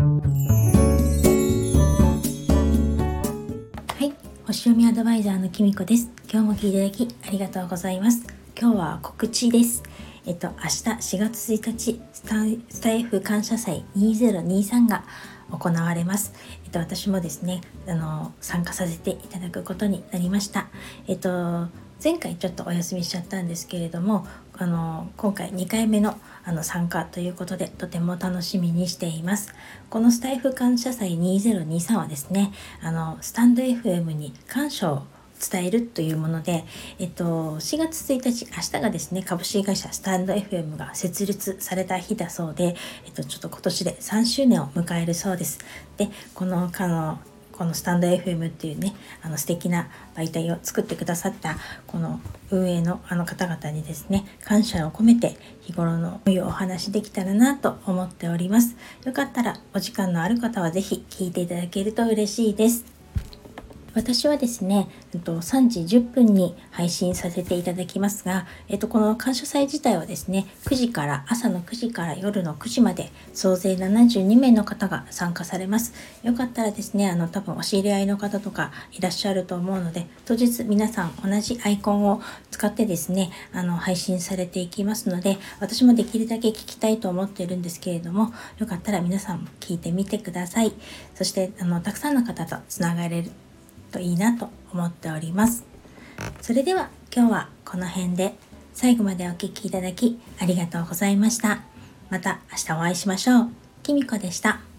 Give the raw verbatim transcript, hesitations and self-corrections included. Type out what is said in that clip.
はい、星読みアドバイザーのきみこです。今日も聞いていただきありがとうございます。今日は告知です。えっと明日しがつついたちスタスタイフ感謝祭にせんにじゅうさんが行われます。えっと私もですねあの参加させていただくことになりました。えっと前回ちょっとお休みしちゃったんですけれども、あの今回にかいめのあの参加ということでとても楽しみにしています。このスタイフ感謝祭にせんにじゅうさんはですね、あのスタンド エフエム に感謝を伝えるというもので、えっと、しがつついたち、明日がですね、株式会社スタンド エフエム が設立された日だそうで、えっと、ちょっと今年でさんしゅうねんを迎えるそうです。で、この、あの、このスタンド エフエム っていうね、あの素敵な媒体を作ってくださったこの運営のあの方々にですね、感謝を込めて日頃の思いをお話しできたらなと思っております。よかったらお時間のある方はぜひ聞いていただけると嬉しいです。私はですね、さんじじゅっぷんに配信させていただきますが、えっと、この感謝祭自体はですね、くじから、朝のくじから夜のくじまで、総勢ななじゅうにめいの方が参加されます。よかったらですね、あの、多分お知り合いの方とかいらっしゃると思うので、当日皆さん同じアイコンを使ってですね、あの、配信されていきますので、私もできるだけ聞きたいと思っているんですけれども、よかったら皆さんも聞いてみてください。そして、あの、たくさんの方とつながれるといいなと思っております。それでは今日はこの辺で、最後までお聞きいただきありがとうございました。また明日お会いしましょう。きみこでした。